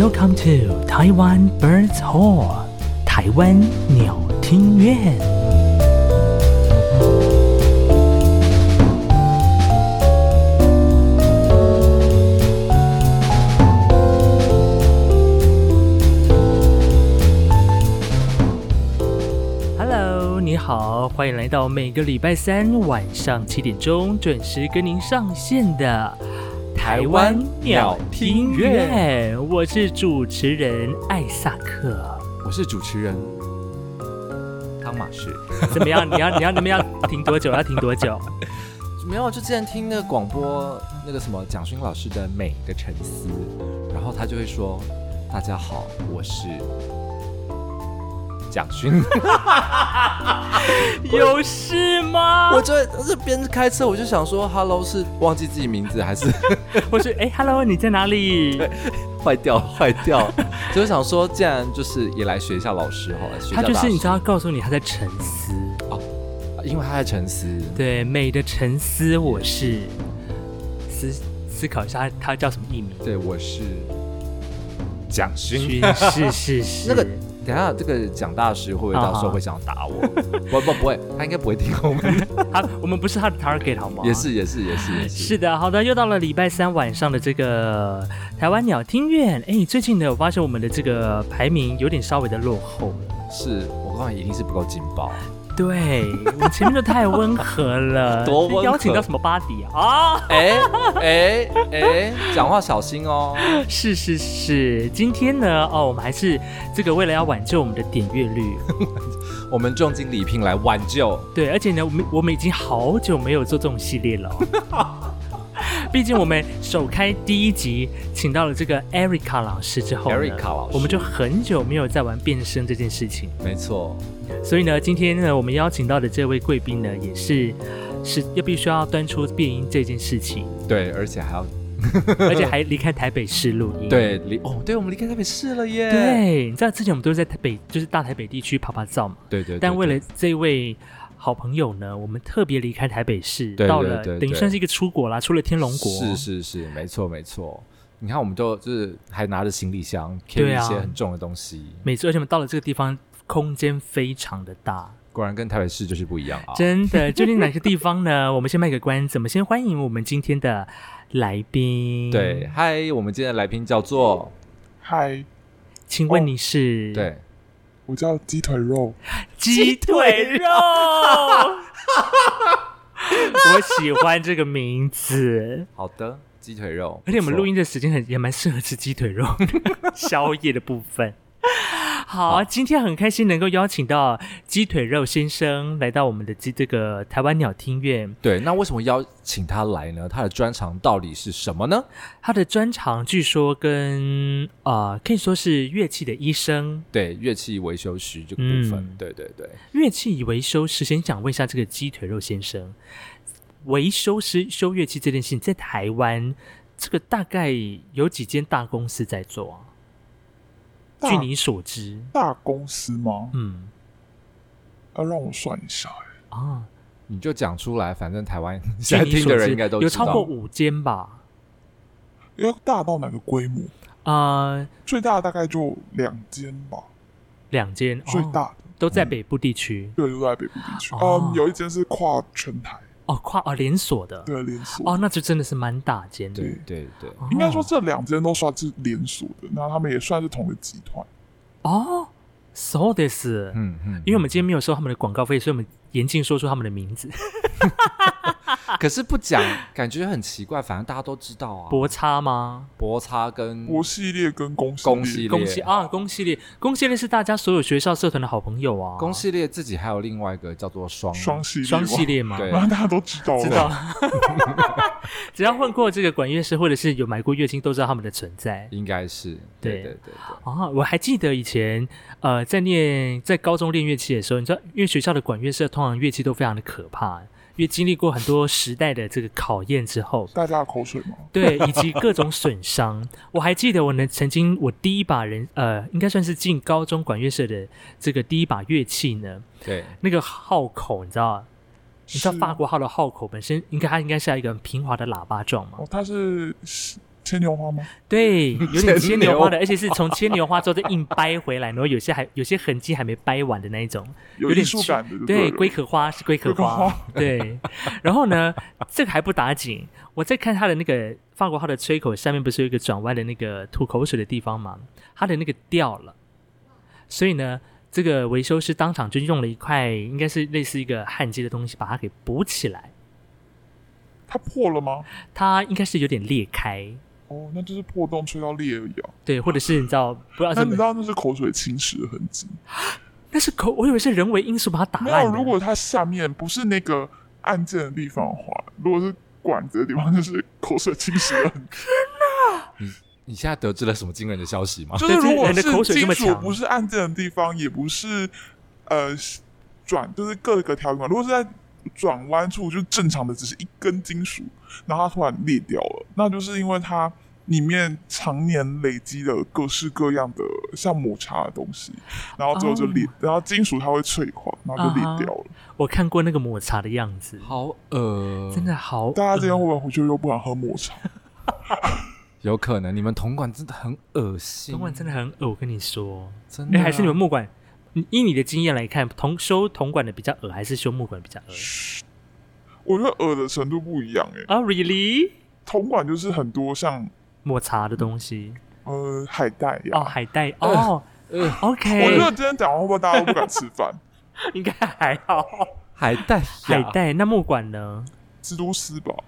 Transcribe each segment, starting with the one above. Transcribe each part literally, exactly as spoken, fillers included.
Welcome to Taiwan Birds Hall， 台湾鸟听院。Hello， 你好，欢迎来到每个礼拜三晚上七点钟准时跟您上线的台湾鸟听院，我是主持人艾萨克， 我是主持人汤马士。 怎么样？你要你要你们要停多久？要停多久？ 没有，就之前听那个广播，那个什么蒋勋老师的《美的沉思》，然后他就会说：“大家好，我是蒋勋。” 有事吗？ 我就这边开车，我就想说 ，Hello 是忘记自己名字还是？ 我是哎 ，Hello 你在哪里？ 坏掉坏掉，所以我想说，既然就是也来学一下老师好了，学一下大师。 他就是你知道，告诉你他在沉思哦，因为他在沉思。对， 美的沉思，我是思思考一下他，他叫什么艺名？ 对，我是蒋勋， 是是是。 那个等一下，这个蒋大师会不会到时候会想打我？不不不会，他应该不会听我们。 他我们不是他的 target 好吗？ 也是也是也是也是。 是的，好的，又到了礼拜三晚上的这个台湾鸟听院。哎，最近呢，我发现我们的这个排名有点稍微的落后了。 是我刚才一定是不够劲爆。 对，我们前面都太温和了， 多温和， 邀请到什么巴迪啊？ 哎哎哎，讲话小心哦。 是是是，今天呢，哦，我们还是这个为了要挽救我们的点阅率， 我们重金礼聘来挽救。 对，而且呢，我们我们已经好久没有做这种系列了、哦。毕竟我们首开第一集请到了这个 Erica 老师之后呢 ，Erica 老师， 我们就很久没有在玩变声这件事情。 没错。 所以呢，今天呢，我们邀请到的这位贵宾呢，也是是要必须要端出变音这件事情。 对，而且还要， 而且还离开台北市录音。 对，离哦，对，我们离开台北市了耶。 对，你知道之前我们都是在台北，就是大台北地区爬爬照嘛。 对 对, 对, 对。 但为了这位好朋友呢，我们特别离开台北市， 对对对对到了等于算是一个出国啦，出了天龙国。 是是是，没错没错。你看，我们都就是还拿着行李箱，carry一些很重的东西。 没错，而且我们到了这个地方，空间非常的大。 果然跟台北市就是不一样啊！ 真的，究竟哪个地方呢？我们先卖个关子，我们先欢迎我们今天的来宾。 对，嗨，我们今天的来宾叫做嗨， 请问你是？ 哦、对， 我叫鸡腿肉。 鸡腿肉，我喜欢这个名字。 好的，鸡腿肉， 而且我们录音的时间很也蛮适合吃鸡腿肉，宵夜的部分。好, 好，今天很开心能够邀请到鸡腿肉先生来到我们的这个台湾鸟听院。 对，那为什么邀请他来呢？他的专长到底是什么呢？ 他的专长据说跟呃可以说是乐器的医生， 对，乐器维修师这个部分，嗯、对对对， 乐器维修师。先想问一下这个鸡腿肉先生，维修师修乐器这件事情，在台湾这个大概有几间大公司在做啊？据你所知， 大公司吗？ 嗯， 要让我算一下哎。 啊， 你就讲出来，反正台湾现在听的人应该都知道， 有超过五间吧？ 要大到哪个规模？ 呃， 最大大概就两间吧。 两间， 最大的、哦、 都在北部地区、 嗯。对，都在北部地区。 哦、 嗯，有一间是跨全台。 哦，跨哦连锁的， 对连锁哦，那就真的是蛮大间的， 对对对， 哦、 应该说这两间都算是连锁的，那他们也算是同个集团。 哦，そうです。 嗯嗯， 因为我们今天没有收他们的广告费，所以我们严禁说出他们的名字。 可是不讲，感觉很奇怪。反正大家都知道啊。 博差吗？ 博差跟博系列跟工系列， 工系列， 工系啊，工系列，工系列是大家所有学校社团的好朋友啊。 工系列自己还有另外一个叫做双双系列， 双系列嘛， 对， 然后大家都知道了， 知道。只要混过这个管乐社，或者是有买过乐器，都知道他们的存在。 应该是，对对对对。 啊，我还记得以前呃，在念在高中练乐器的时候，你知道，因为学校的管乐社通常乐器都非常的可怕。因为经历过很多时代的这个考验之后， 大家的口水吗？ 对，以及各种损伤。我还记得我呢，曾经我第一把人呃，应该算是进高中管乐社的这个第一把乐器呢， 对， 那个号口你知道吗？你知道法国号的号口本身应该它应该是一个很平滑的喇叭状吗？ 哦，它是牵牛花吗？ 对，有点牵牛花的，而且是从牵牛花之后再硬掰回来，然后有些还有些痕迹还没掰完的那一种， 有艺术感的。 对，龟壳花是龟壳花，对。然后呢，这个还不打紧，我在看它的那个法国号的吹口下面不是有一个转弯的那个吐口水的地方吗？它的那个掉了，所以呢，这个维修师当场就用了一块应该是类似一个焊接的东西把它给补起来。 它破了吗？ 它应该是有点裂开。 哦，那就是破洞吹到裂而已啊。 对，或者是你知道，不知道是那你知道那是口水侵蚀的痕迹？ 那是口，我以为是人为因素把它打烂的。 没有，如果它下面不是那个按键的地方的话，如果是管子的地方，就是口水侵蚀的痕迹。 天哪！ 你你现在得知了什么惊人的消息吗？ 就是如果是金属不是按键的地方，也不是呃转，就是各个条件。如果是在转弯处，就正常的只是一根金属，然后它突然裂掉了，那就是因为它里面常年累积的各式各样的像抹茶的东西，然后之后就裂，哦、然后金属它会脆化，然后就裂掉了。 Uh-huh. 我看过那个抹茶的样子， 好恶， 真的好恶。 大家今天会不会回去又不敢喝抹茶？ 有可能，你们铜管真的很恶心， 铜管真的很恶，我跟你说， 真的、啊。 还是你们木管？依你的经验来看，铜修铜管的比较恶，还是修木管比较恶？ 我觉得恶的程度不一样哎、欸。 啊、oh, ，really？ 铜管就是很多像抹茶的东西， 呃，海带呀。 哦，海带哦、呃、，OK。 我觉得今天讲完会不会大家都不敢吃饭？ 应该还好。 海带， 海带，那木管呢？ 蜘蛛丝吧。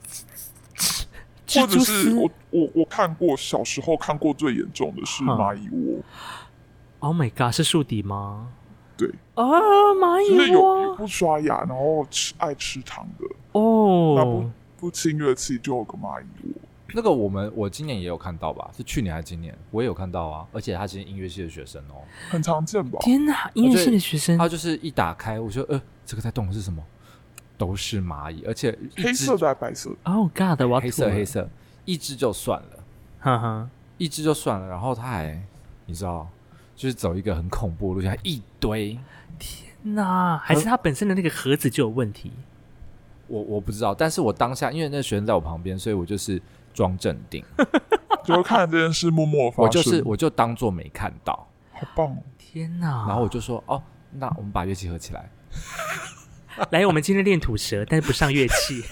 或者是我我我看过，小时候看过最严重的是蚂蚁窝。 Oh my god， 是树底吗？ 对。 啊，蚂蚁窝。 就是有不刷牙，然后吃爱吃糖的。 哦。 那不不清乐器就有个蚂蚁窝。 那个我们我今年也有看到吧？是去年还是今年？我也有看到啊，而且他其实音乐系的学生哦， 很常见吧？ 天哪，音乐系的学生， 他就是一打开，我说呃，这个在动的是什么？都是蚂蚁，而且黑色的还白色的 ？Oh God， 我要黑色黑色，一只就算了， 哈哈， 一只就算了，然后他还你知道，就是走一个很恐怖的路线，一堆， 天哪，还是他本身的那个盒子就有问题？ 我我不知道，但是我当下因为那个学生在我旁边，所以我就是装镇定， 就看这件事默默发生， 我就是我就当作没看到， 好棒哦！ 天哪！ 然后我就说哦，那我们把乐器合起来。 来，我们今天练吐舌，但是不上乐器，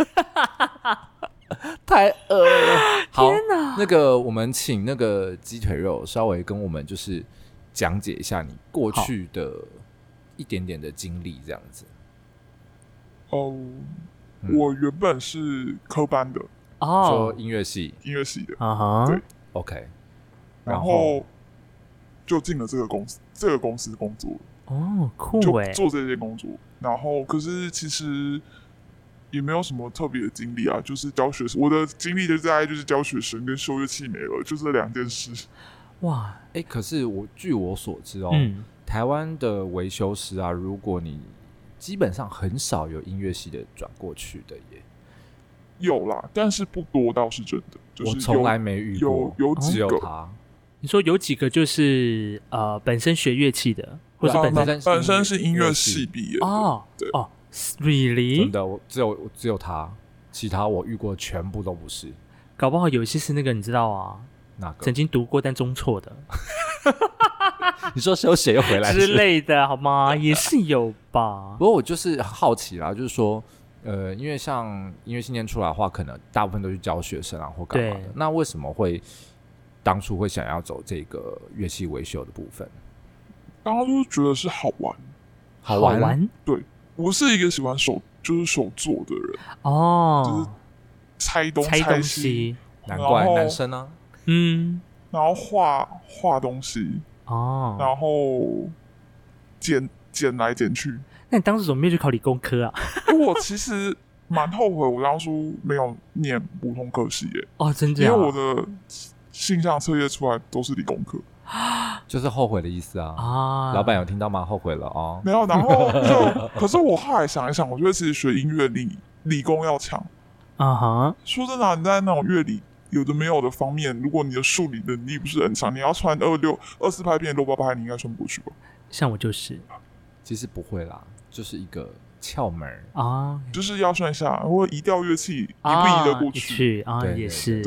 太恶了。好， 天哪！ 那个我们请那个鸡腿肉稍微跟我们就是讲解一下你过去的一点点的经历，这样子。 哦，嗯、我原本是科班的， 哦， 说音乐系， 音乐系的， 啊哈， 对 ，OK， 然后就进了这个公司，这个公司工作。 哦，酷哎！ 就做这些工作，然后可是其实也没有什么特别的经历啊，就是教学生。我的经历就在就是教学生跟修乐器没了，就这两件事。 哇， 哎，可是我据我所知哦， 嗯、 台湾的维修师啊，如果你基本上很少有音乐系的转过去的耶。 有啦，但是不多，倒是真的。就是、 我从来没遇过， 有有几个。 只有他。 你说有几个就是呃本身学乐器的，或者本身、 啊、本身是音乐系毕业的哦， 对哦 ，really？ 真的，我只有只有他，其他我遇过全部都不是。 搞不好有些是那个你知道啊， 哪个？ 曾经读过但中错的。 你说休学又回来之类的，好吗？也是有吧。 不过我就是好奇啦，就是说，呃，因为像音乐系念出来的话，可能大部分都去教学生啊或干嘛的。那为什么会当初会想要走这个乐器维修的部分？ 刚刚就觉得是好玩， 好玩，好玩。 对，我是一个喜欢手就是手做的人哦， 就是拆东拆拆西， 难怪男生啊， 嗯， 然后画画东西。 哦， 然后剪剪来剪去。 那你当时怎么没有去考理工科啊？ 我其实蛮后悔，我当初没有念普通科系耶。 哦，真的、 啊，因为我的性向测验出来都是理工科， 就是后悔的意思啊。啊，老板有听到吗？后悔了哦。 没有，然后就，可是我后来想一想，我觉得其实学音乐理理工要强啊哈。 说真的，你在那种乐理。有的没有的方面，如果你的数理能力不是很强，你要传二六二四拍变六八拍，你应该传不过去吧？ 像我就是， 其实不会啦，就是一个窍门啊， 就是要算一下，或移调乐器移不移得过去啊，也是。 对，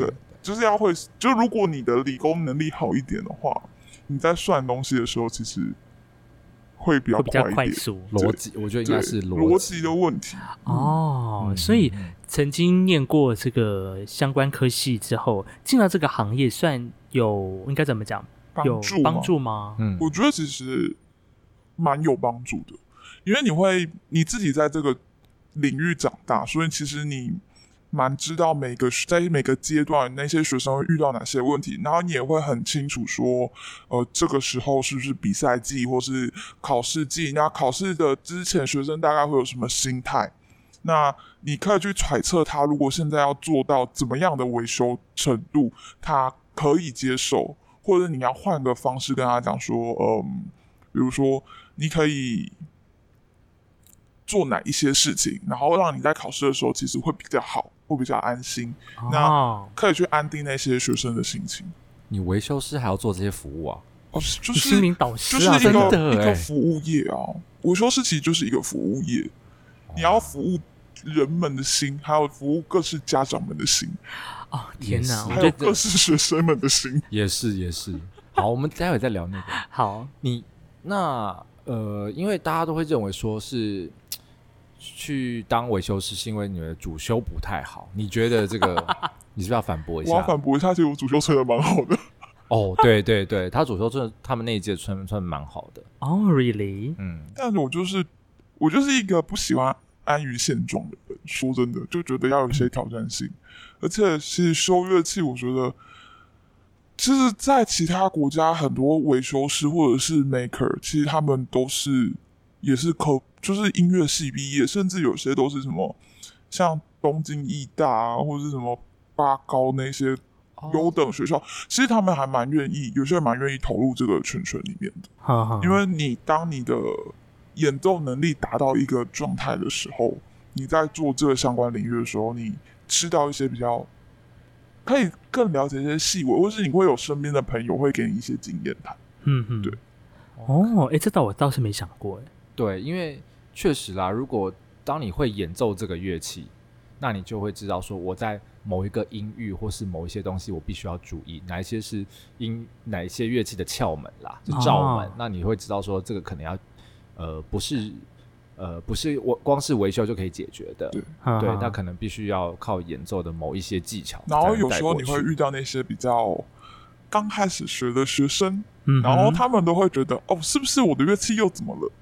就是要会，就如果你的理工能力好一点的话，你在算东西的时候，其实会比较会比较快一点。 快速， 逻辑，我觉得应该是逻辑的问题。 哦、 嗯、 所以曾经念过这个相关科系之后，进到这个行业，算有应该怎么讲？有帮助吗？ 嗯，我觉得其实蛮有帮助的，因为你会你自己在这个领域长大，所以其实你蛮知道每个在每个阶段那些学生会遇到哪些问题，然后你也会很清楚说，呃，这个时候是不是比赛季或是考试季？那考试的之前，学生大概会有什么心态？那你可以去揣测他如果现在要做到怎么样的维修程度，他可以接受。或者你要换个方式跟他讲说，嗯，比如说你可以做哪一些事情，然后让你在考试的时候其实会比较好，会比较安心。哦、那可以去安定那些学生的心情。 你维修师还要做这些服务啊？ 哦，就是心灵导师啊， 就是一个真的一个服务业啊。维修师其实就是一个服务业，哦、你要服务人们的心，还有服务各式家长们的心。 哦天哪！ 还有各式学生们的心， 也是也是。好，我们待会再聊那个。 好， 你那呃，因为大家都会认为说是去当维修师是因为你的主修不太好，你觉得这个你是不是要反驳一下？ 我要反驳一下，其实我主修吹的蛮好的。 哦，对对对，他主修真的，他们那一届吹吹的蛮好的。 哦、oh, ，really？ 嗯，但是我就是我就是一个不喜欢安于现状的人，说真的，就觉得要有一些挑战性。而且其实修乐器我觉得其实在其他国家很多维修师或者是 maker 其实他们都是也是科就是音乐系毕业，甚至有些都是什么像东京艺大啊或者是什么八高那些优等学校、哦、其实他们还蛮愿意，有些人蛮愿意投入这个圈圈里面的。 呵呵， 因为你当你的演奏能力达到一个状态的时候，你在做这个相关领域的时候，你吃到一些比较可以更了解一些细微，或是你会有身边的朋友会给你一些经验谈。 嗯嗯， 对。 哦，哎，这倒我倒是没想过哎。 对，因为确实啦，如果当你会演奏这个乐器，那你就会知道说我在某一个音域或是某一些东西我必须要注意哪一些是音哪一些乐器的窍门啦，就罩门、哦、那你会知道说这个可能要呃不是呃不是我光是维修就可以解决的，对，对，那可能必须要靠演奏的某一些技巧。 然后有时候你会遇到那些比较刚开始学的学生、嗯、然后他们都会觉得哦是不是我的乐器又怎么了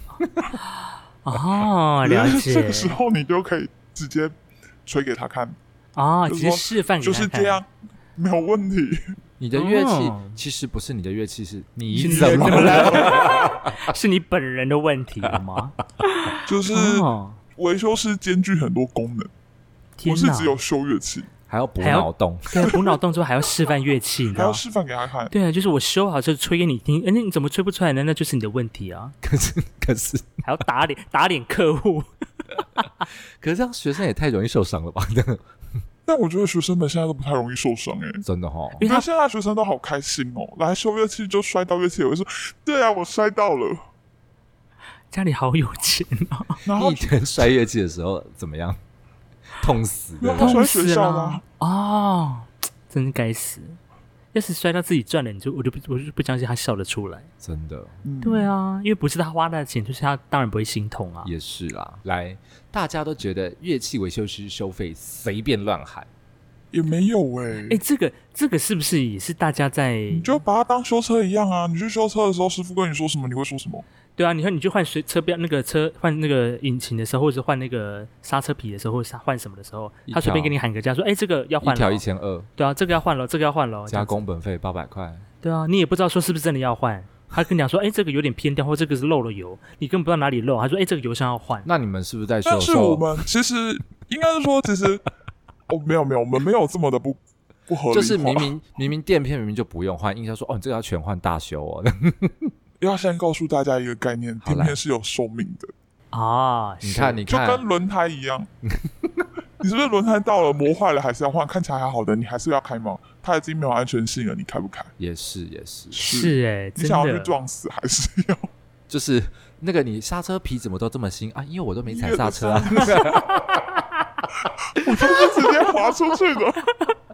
哦，了解。 这个时候你就可以直接吹给他看啊、哦，直接示范给他看， 就是这样，没有问题。 你的乐器、哦、其实不是你的乐器，是你怎么了？是你本人的问题了吗？ 就是维修师兼具很多功能，不是只有修乐器， 还要补脑洞。 对，补脑洞之后还要示范乐器，你知道还要示范给他看。 对啊，就是我修好就吹给你听，哎，你怎么吹不出来呢？那就是你的问题啊。 可是，可是还要打脸打脸客户。 可是这样学生也太容易受伤了吧？ 但我觉得学生们现在都不太容易受伤哎、欸， 真的哈、哦， 因为现在学生都好开心哦，来修乐器就摔到乐器，我会说，对啊，我摔到了。 家里好有钱哦。 然后以前摔乐器的时候怎么样？痛死了， 痛死了啊！ 哦，真是该死！要是摔到自己赚了，你就我就不我就不相信他笑得出来。 真的， 嗯、对啊，因为不是他花的钱，就是他当然不会心痛啊。 也是啦，来，大家都觉得乐器维修师收费随便乱喊， 也没有哎、欸。 哎、欸，这个这个是不是也是大家在？ 你就把它当修车一样啊！你去修车的时候，师傅跟你说什么，你会说什么？ 对啊，你看你去换水车标那个车换那个引擎的时候，或者是换那个刹车皮的时候，或者换什么的时候，他随便给你喊个价说：“哎、欸，这个要换了，一条一千二。” 对啊，这个要换了，这个要换了， 加工本费八百块。 对啊，你也不知道说是不是真的要换，他跟你讲说：“哎、欸，这个有点偏掉，或这个是漏了油，你根本不知道哪里漏。”他说：“哎、欸，这个油箱要换。” 那你们是不是在修？ 但是我们其实应该是说，其实哦，没有没有，我们没有这么的不不合理化， 就是明明明明垫片明明就不用换，硬要说哦，你这个要全换大修哦。 要先告诉大家一个概念，垫片是有寿命的啊！ 你看，你看， 就跟轮胎一样，你是不是轮胎到了磨坏了还是要换？看起来还好的，你还是要开吗？它已经没有安全性了，你开不开？ 也是，也是， 是哎、欸， 你想要去撞死还是要？ 就是那个你刹车皮怎么都这么新啊？因为我都没踩刹车啊！ 我就是直接滑出去的。 我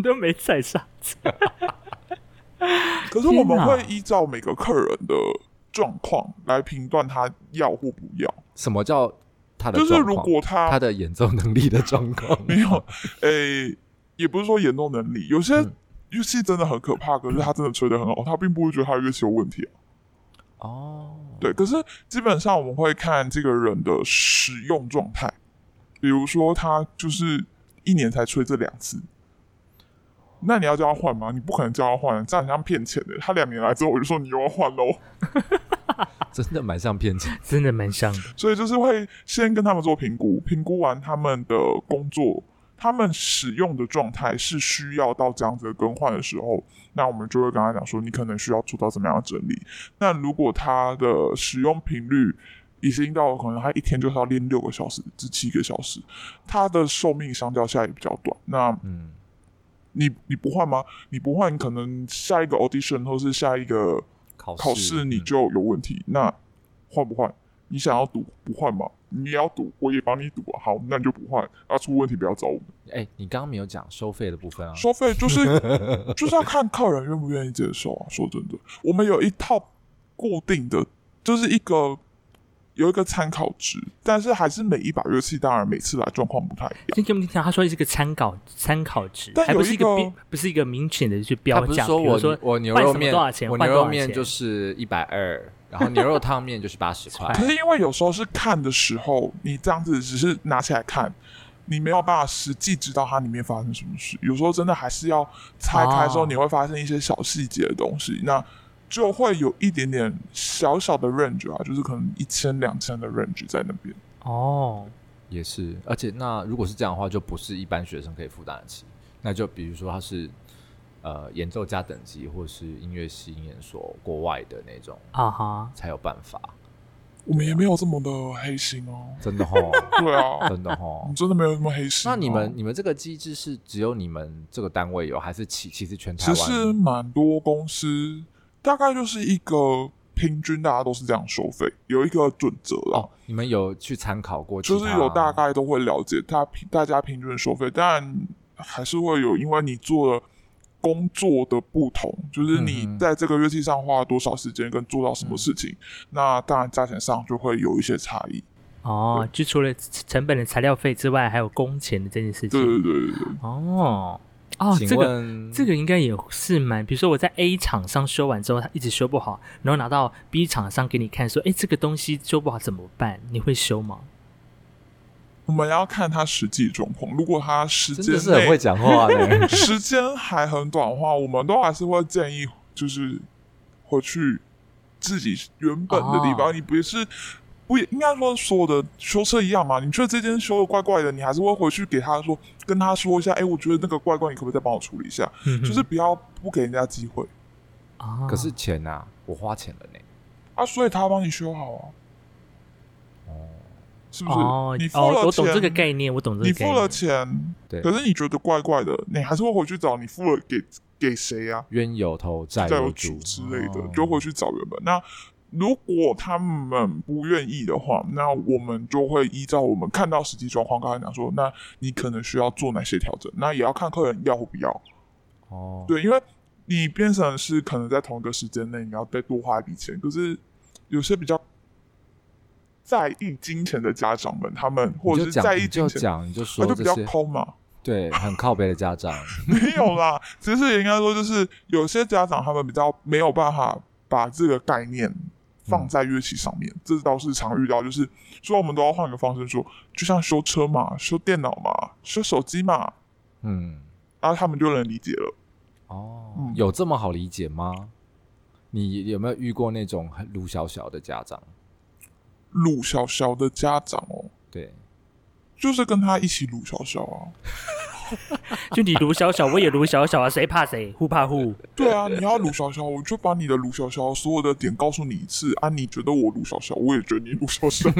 都没踩刹车。 可是我们会依照每个客人的状况来评断他要或不要。 什么叫他的状况？ 就是如果他他的演奏能力的状况没有，诶、欸，也不是说演奏能力，有些乐器真的很可怕，可是他真的吹得很好，他并不会觉得他的乐器有问题啊。 哦， 对，可是基本上我们会看这个人的使用状态，比如说他就是一年才吹这两次。那你要叫他换吗？你不可能叫他换，这样很像骗钱的。他两年来之后，我就说你又要换喽， 真的蛮像骗钱， 真的蛮像的。 所以就是会先跟他们做评估，评估完他们的工作，他们使用的状态是需要到这样子的更换的时候，那我们就会跟他讲说，你可能需要做到怎么样的整理。那如果他的使用频率已经到可能他一天就是要练六个小时至七个小时，他的寿命相较下也比较短。那嗯。你你不换吗？你不换，你可能下一个 audition 或是下一个考试你就有问题。嗯、那换不换？你想要赌不换吗？你也要赌，我也帮你赌啊。好，那你就不换，啊，出问题不要找我们。 哎、欸，你刚刚没有讲收费的部分啊？ 收费就是就是要看客人愿不愿意接受啊。说真的，我们有一套固定的，就是一个。有一个参考值，但是还是每一把乐器，当然每次来状况不太一样。 听听听，他说是一个参考参考值，还不是一个不是一个明显的去标价。 他不是说我说我牛肉面多少钱， 我牛肉面就是一百二，然后牛肉汤面就是八十块。 可是因为有时候是看的时候，你这样子只是拿起来看，你没有办法实际知道它里面发生什么事。有时候真的还是要拆开之后，你会发现一些小细节的东西。那就会有一点点小小的 range 啊，就是可能一千两千的 range 在那边。 哦， 也是，而且那如果是这样的话，就不是一般学生可以负担得起。那就比如说他是呃演奏家等级，或是音乐系、音研所国外的那种啊哈，才有办法。 我们也没有这么的黑心哦， 真的齁， 对啊， 真的齁， 你真的没有那么黑心、 哦。那你们你们这个机制是只有你们这个单位有，还是其其实全台湾？ 其实蛮多公司。大概就是一个平均，大家都是这样收费，有一个准则啦。 哦，你们有去参考过？ 就是有大概都会了解他大家平均的收费，但还是会有，因为你做了工作的不同，就是你在这个乐器上花了多少时间，跟做到什么事情，嗯、那当然价钱上就会有一些差异。 哦，就除了成本的材料费之外，还有工钱的这件事情。 对对对对对。 哦。哦，这个这个应该也是蛮，比如说我在 A 厂商修完之后，他一直修不好，然后拿到 B 厂商给你看，说，哎，这个东西修不好怎么办？你会修吗？ 我们要看他实际状况，如果他时间内真的是很会讲话的， 时间还很短的话，我们都还是会建议，就是回去自己原本的地方，哦、你不是。不应该说所有的修车一样嘛？你觉得这间修的怪怪的，你还是会回去给他说，跟他说一下，哎、欸，我觉得那个怪怪，你可不可以再帮我处理一下？嗯、就是不要不给人家机会啊。可是钱啊，我花钱了呢。 啊，所以他帮你修好啊。哦，是不是？ 哦， 你付了钱、 哦，我懂这个概念，我懂这个概念。 你付了钱，对，可是你觉得怪怪的，你还是会回去找你付了给给谁啊？ 冤有头债有主之类的，哦、就回去找原本那。如果他们不愿意的话，那我们就会依照我们看到实际状况跟他讲说，那你可能需要做哪些调整，那也要看客人要或不要。哦，对，因为你变成是可能在同一个时间内你要再多花一笔钱，可是有些比较在意金钱的家长们，他们或者是在意金钱， 你就讲你就说他就比较抠嘛。 对，很靠北的家长没有啦，其实也应该说就是有些家长他们比较没有办法把这个概念放在乐器上面，嗯、这倒是常遇到，就是说我们都要换个方式说，就像修车嘛、修电脑嘛、修手机嘛，嗯，然后他们就能理解了。 哦，嗯、有这么好理解吗？你有没有遇过那种很鲁小小的家长？ 鲁小小的家长哦， 对， 就是跟他一起鲁小小啊。 就你卢小小，我也卢小小啊，谁怕谁，互怕互。 对啊，你要卢小小，我就把你的卢小小所有的点告诉你一次啊。你觉得我卢小小，我也觉得你卢小小。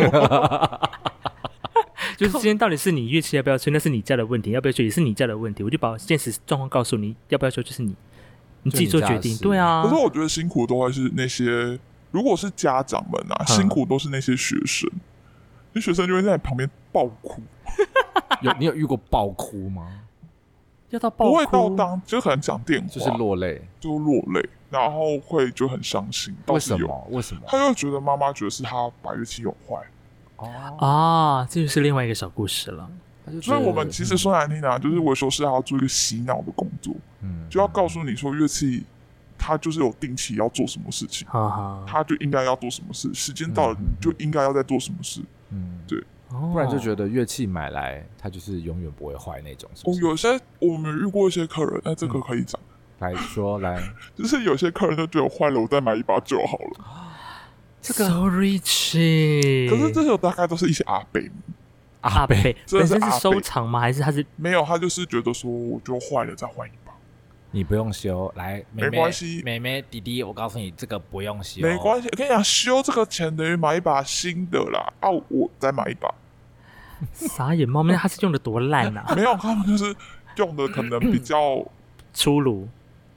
就是今天到底是你乐器要不要吹，那是你家的问题；要不要吹也是你家的问题。我就把现实状况告诉你，要不要吹就是你，你自己做决定。对啊。 可是我觉得辛苦都会是那些，如果是家长们啊，辛苦都是那些学生，那学生就会在旁边爆哭。 有你有遇过爆哭吗？ 要到爆哭， 不会到当，就可能讲电话， 就是落泪， 就落泪，然后会就很伤心。 为什么？为什么？ 他就觉得妈妈觉得是他把乐器用坏。 哦啊，这就是另外一个小故事了。 所以我们其实说难听的、啊，嗯、就是维修师还要做一个洗脑的工作，嗯，就要告诉你说乐器它就是有定期要做什么事情， 嗯、 它就应该要做什么事，时间到了就应该要在做什么事，嗯，对， 不然就觉得乐器买来它就是永远不会坏那种是不是。 哦，有些我们遇过一些客人，那这个可以讲、 嗯、来说来， 就是有些客人就觉得坏了，我再买一把就好了。 这个 so rich， 可是这些大概都是一些阿伯。 阿伯本身是收藏吗？还是他是没有？他就是觉得说，我就坏了再换一把， 你不用修。来，妹妹没关系， 妹妹弟弟，我告诉你，这个不用修， 没关系。我跟你讲，修这个钱等于买一把新的啦。啊，我再买一把。 傻眼猫咪，他是用的多烂啊！ 没有，他们就是用的可能比较粗鲁、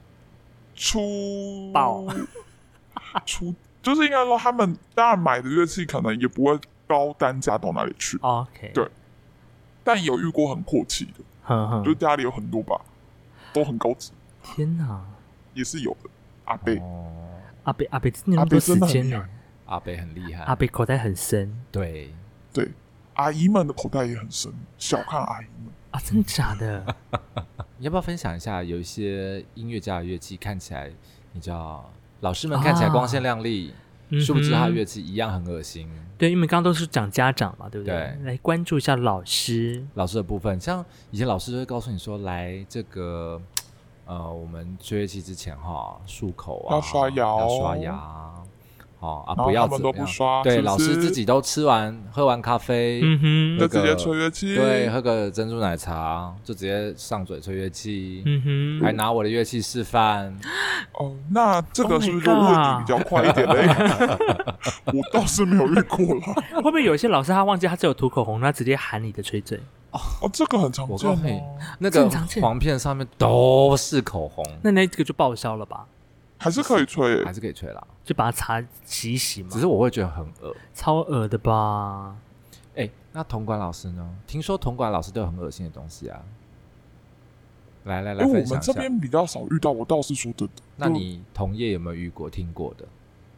粗暴、 粗，就是应该说，他们当然买的乐器可能也不会高单价到哪里去。 OK， 对，但有遇过很阔气的， 哼哼， 就是家里有很多把，都很高级。 天哪， 也是有的。阿伯， 哦、 阿伯，阿伯那么多时间呢？ 阿伯很厉害， 阿伯口袋很深。 对对，阿姨们的口袋也很深，小看阿姨们啊，真的假的？ 你要不要分享一下？有一些音乐家的乐器看起来，你知道，老师们看起来光鲜亮丽。啊殊不知他的乐器一样很恶心、嗯。 对，因为刚刚都是讲家长嘛，对不对？ 对， 来关注一下老师。 老师的部分，像以前老师都会告诉你说，来这个呃，我们吹乐器之前哈，漱口啊， 要刷牙， 要刷牙。好、哦、啊，不要他们都不刷。 对， 是是老师自己都吃完喝完咖啡， 嗯哼， 就直接吹乐器。 对，喝个珍珠奶茶就直接上嘴吹乐器。 嗯哼， 还拿我的乐器示范。 哦，那这个是不是就问你比较快一点嘞？ Oh 我倒是没有遇过了。 会不会有一些老师他忘记他只有涂口红，他直接喊你的吹嘴？ 哦，这个很常见哦。 那个黄片上面都是口红， 那那这个就报销了吧？ 还是可以吹， 还是可以吹啦， 就把它擦洗一洗嘛。 只是我会觉得很恶， 超恶的吧？ 哎、欸，那铜管老师呢？听说铜管老师都有很恶心的东西啊。来来来，分享一下。 我们这边比较少遇到，我倒是说真的。 那你同业有没有遇过、听过的？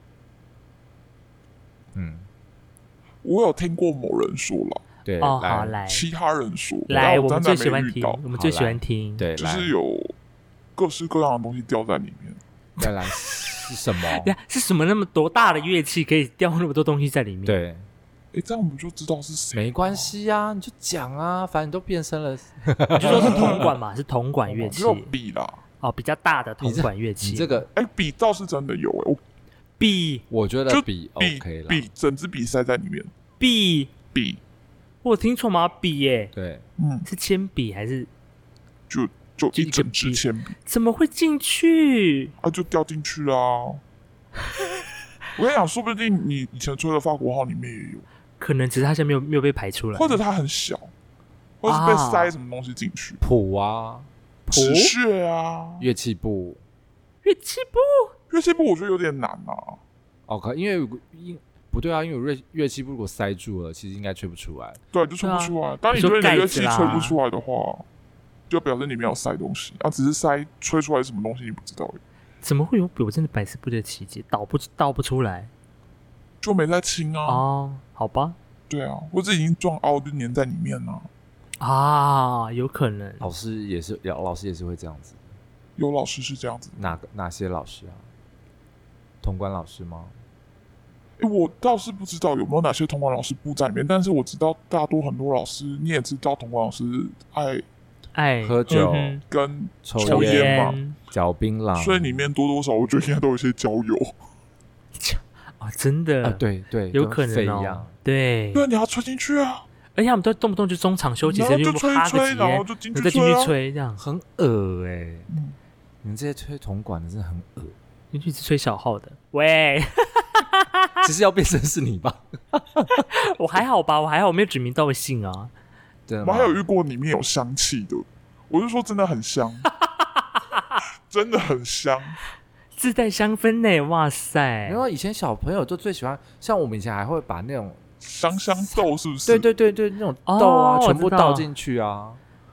嗯， 我有听过某人说了。 对， 哦， 来好来， 其他人说， 来， 我们最喜欢听，我们最喜欢听， 对， 就是有各式各样的东西掉在里面。 再来是什么？ 呀，是什么那么多大的乐器可以掉那么多东西在里面？ 对， 哎，这样我们就知道是谁。 没关系啊，你就讲啊，反正你都变身了， 你就说是铜管嘛，是铜管乐器， 只有笔啦。 哦，比较大的铜管乐器。 你这个， 哎，笔倒是真的有哎， 笔， 我觉得笔 OK 了， 笔整支笔塞在里面。 笔笔， 我听错吗？笔耶， 对， 嗯， 是铅笔还是就就一整支铅笔？ 怎么会进去？ 啊，就掉进去啦！我跟你讲，说不定你以前吹的法国号里面也有， 可能只是它现在没有没有被排出来， 或者它很小，或是被塞什么东西进去。 谱啊， 纸屑啊， 乐器部， 乐器部， 乐器部我觉得有点难啊。 哦，可因为因不对啊，因为乐乐器部如果塞住了，其实应该吹不出来。 对，就吹不出来。当你觉得你的乐器吹不出来的话，就表示里面有塞东西，啊，只是塞吹出来什么东西你不知道。 怎么会有？我真的百思不得其解，倒不倒不出来， 就没在清啊。 哦，好吧。 对啊，或者已经撞凹就粘在里面了。 啊，有可能。 老师也是，老师也是会这样子。 有老师是这样子。 哪个哪些老师啊？铜管老师吗？ 欸、我倒是不知道有没有哪些铜管老师布在里面，但是我知道大多很多老师，你也知道铜管老师爱爱喝酒、 嗯、 跟抽烟嘛， 嚼槟榔， 所以里面多多少少我觉得应该都有一些焦油。 啊，真的， 啊、对对， 有可能哦，对， 对，你要吹进去啊！ 而且他们都动不动就中场休息， 然后就吹一吹，然后就进去吹、啊， 再进去吹，这样很恶哎、欸。 嗯， 你们这些吹铜管的真的很恶， 进去是吹小号的，喂。 其实要变身是你吧？ 我还好吧，我还好，我没有指名道姓啊。 我还有遇过里面有香气的，我是说真的很香，真的很香， 自带香氛呢，哇塞！ 因为以前小朋友就最喜欢，像我们以前还会把那种香香豆，是不是？ 对对对对，那种豆啊，哦、全部倒进去啊。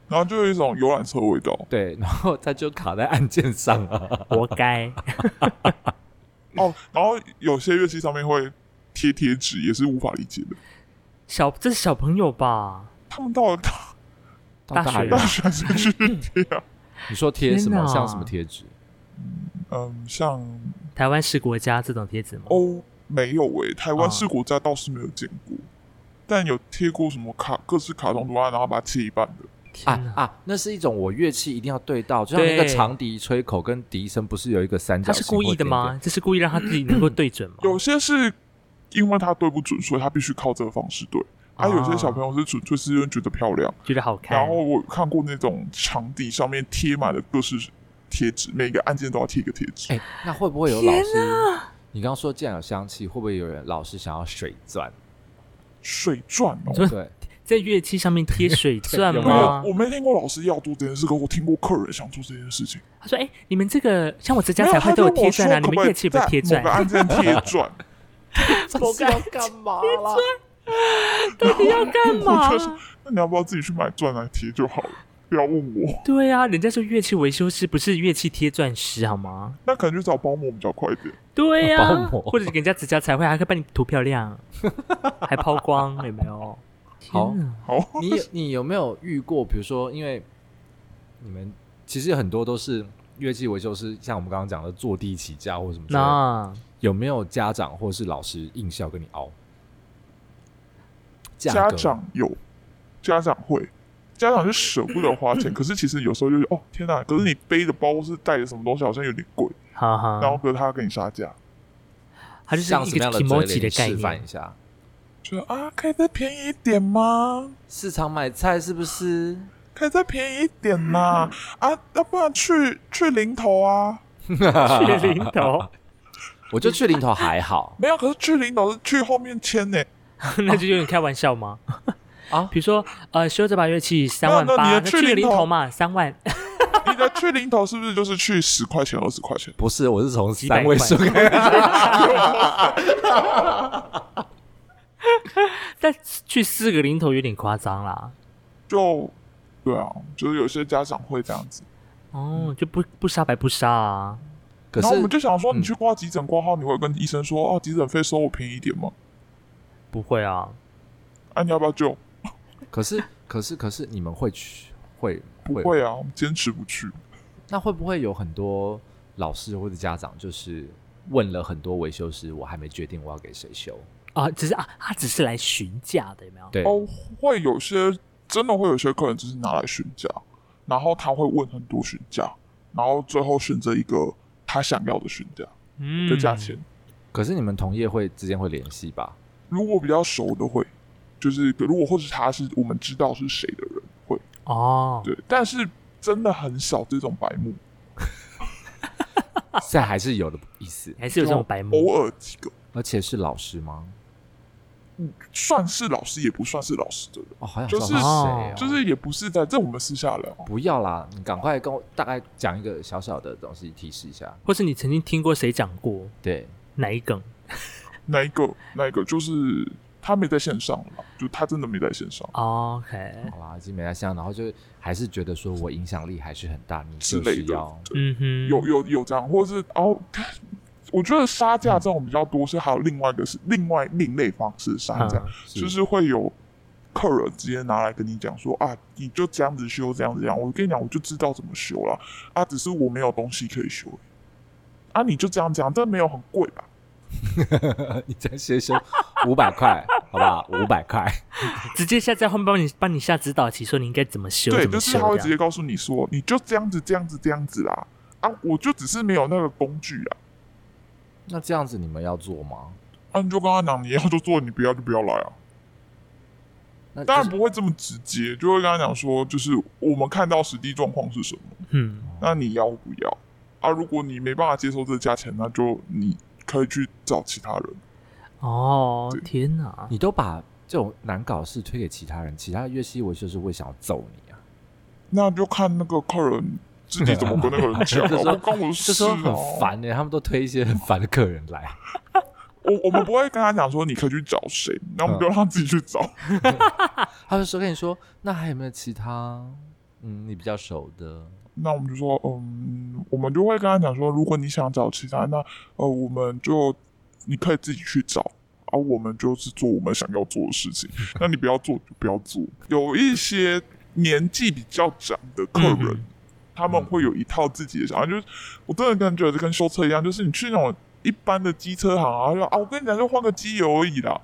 然后就有一种游览车的味道。 对，然后它就卡在按键上啊， 活该。 哦，然后有些乐器上面会贴贴纸，也是无法理解的。 小这是小朋友吧？ 他们到了大大学大学还是去贴啊？ 你说贴什么？ 天哪像什么贴纸？ 嗯，像台湾是国家这种贴纸吗？ 哦，没有诶、台湾是国家倒是没有见过，但有贴过什么卡各式卡通图案，然后把它切一半的。 天哪啊啊，那是一种我乐器一定要对到，就像那个长笛吹口跟笛声不是有一个三角形？ 他是故意的吗？这是故意让他自己能够对准吗？ 有些是因为他对不准，所以他必须靠这个方式对。啊，有些小朋友是纯粹是因为觉得漂亮， 觉得好看。 然后我看过那种长笛上面贴满了各式贴纸，每个按键都要贴一个贴纸。 哎、欸，那会不会有老师？你刚刚说既然有香气，会不会有人老师想要水钻？ 水钻哦， 对， 在乐器上面贴水钻没有吗？ 我没听过老师要做这件事，可我听过客人想做这件事情。 他说：“哎、欸，你们这个像我这家彩绘都有贴钻啊，你们乐器有没有贴钻？ 某个按键贴钻， 这是要干嘛啦？ 到底要干嘛？ 那你要不要自己去买钻来贴就好了？不要问我。 对啊，人家是乐器维修师，不是乐器贴钻师，好吗？ 那可能就找包膜比较快一点。 对呀、啊， 包膜或者给人家指甲彩绘，还可以帮你涂漂亮，还抛光，有没有？ 好， 好， 你你有没有遇过？比如说，因为你们其实很多都是乐器维修师，像我们刚刚讲的坐地起价或什么之类的， 那有没有家长或是老师硬是要跟你凹？ 家长有，家长会，家长就舍不得花钱，可是其实有时候就是哦天哪，可是你背的包是带着什么东西，好像有点贵， 哈哈， 然后可是他要跟你杀价， 他就是像什么样的 emoji 的概示范念一下。 就啊，可以再便宜一点吗？ 市场买菜是不是？ 可以再便宜一点呐、啊！要不然去去林头啊？ 去林头， 我就去林头还好， 没有，可是去林头是去后面签呢。 那就有点开玩笑吗？ 啊， 比如说，呃，修这把乐器三万八，那去林头嘛，三万。 你的去林头是不是就是去十块钱、二十块钱？ 不是，我是从三位数开始。 但去四个零头有点夸张啦。 就对啊，就是有些家长会这样子。 哦，就不不杀白不杀啊。 可是然后我们就想说， 嗯你去挂急诊挂号，你会跟医生说啊，急诊费收我便宜一点吗？ 不会啊， 啊，你要不要救？ 可是可是可是你们会去会不会啊，我们坚持不去。 那会不会有很多老师或者家长就是问了很多维修师，我还没决定我要给谁修啊？只是啊，他只是来询价的，有没有？ 对哦，会有些真的会有些客人只是拿来询价，然后他会问很多询价，然后最后选择一个他想要的询价嗯的价钱。 可是你们同业会之间会联系吧？ 如果比较熟的会，就是如果或者他是我们知道是谁的人会哦， 对，但是真的很少这种白目， 现在还是有的意思， 还是有这种白目， 偶尔几个， 而且是老师吗？ 算是老师也不算是老师的人， 哦，好想就是知道是谁哦就是也不是在这我们私下聊， 不要啦，你赶快跟我大概讲一个小小的东西提示一下。 或是你曾经听过谁讲过对， 哪一梗？ 那一个那一个就是他没在线上了，就他真的没在线上。 哦 OK， 好啦，已经没在想，然后就还是觉得说我影响力还是很大，你就之类的是要， 嗯哼， 有有有这样，或是哦，我觉得杀价这种比较多，是还有另外一个是另外另类方式杀价， 嗯是就是会有客人直接拿来跟你讲说啊，你就这样子修，这样子这样，我跟你讲，我就知道怎么修了啊，只是我没有东西可以修啊，你就这样讲，这没有很贵吧？ 你再先修五百块，好不好？五百块， 直接下在后面帮你帮你下指导棋，说你应该怎么修， 对， 怎么就是修这样。 他会直接告诉你说，你就这样子这样子这样子啦啊，我就只是没有那个工具啦。 那这样子你们要做吗？ 啊，你就跟他讲，你要就做，你不要就不要来啊。 那、就是、 当然不会这么直接，就会跟他讲说，就是我们看到实际状况是什么， 嗯， 那你要不要啊？如果你没办法接受这个价钱，那就你可以去找其他人。 哦对， 天哪！ 你都把这种难搞事推给其他人，其他乐器维修师会想要揍你啊？ 那就看那个客人自己怎么跟那个人讲就了， 说不关我的就事说很啊。 烦呢、他们都推一些很烦的客人来。 我我们不会跟他讲说你可以去找谁，那我们就让他自己去找。 他就说跟你说，那还有没有其他？ 嗯，你比较熟的。 那我们就说，嗯，我们就会跟他讲说，如果你想找其他，那呃，我们就你可以自己去找，而、啊、我们就是做我们想要做的事情。那你不要做就不要做。有一些年纪比较长的客人，嗯、他们会有一套自己的想法，就是我真的感觉跟修车一样，就是你去那种一般的机车行啊，就啊，我跟你讲，就换个机油而已啦，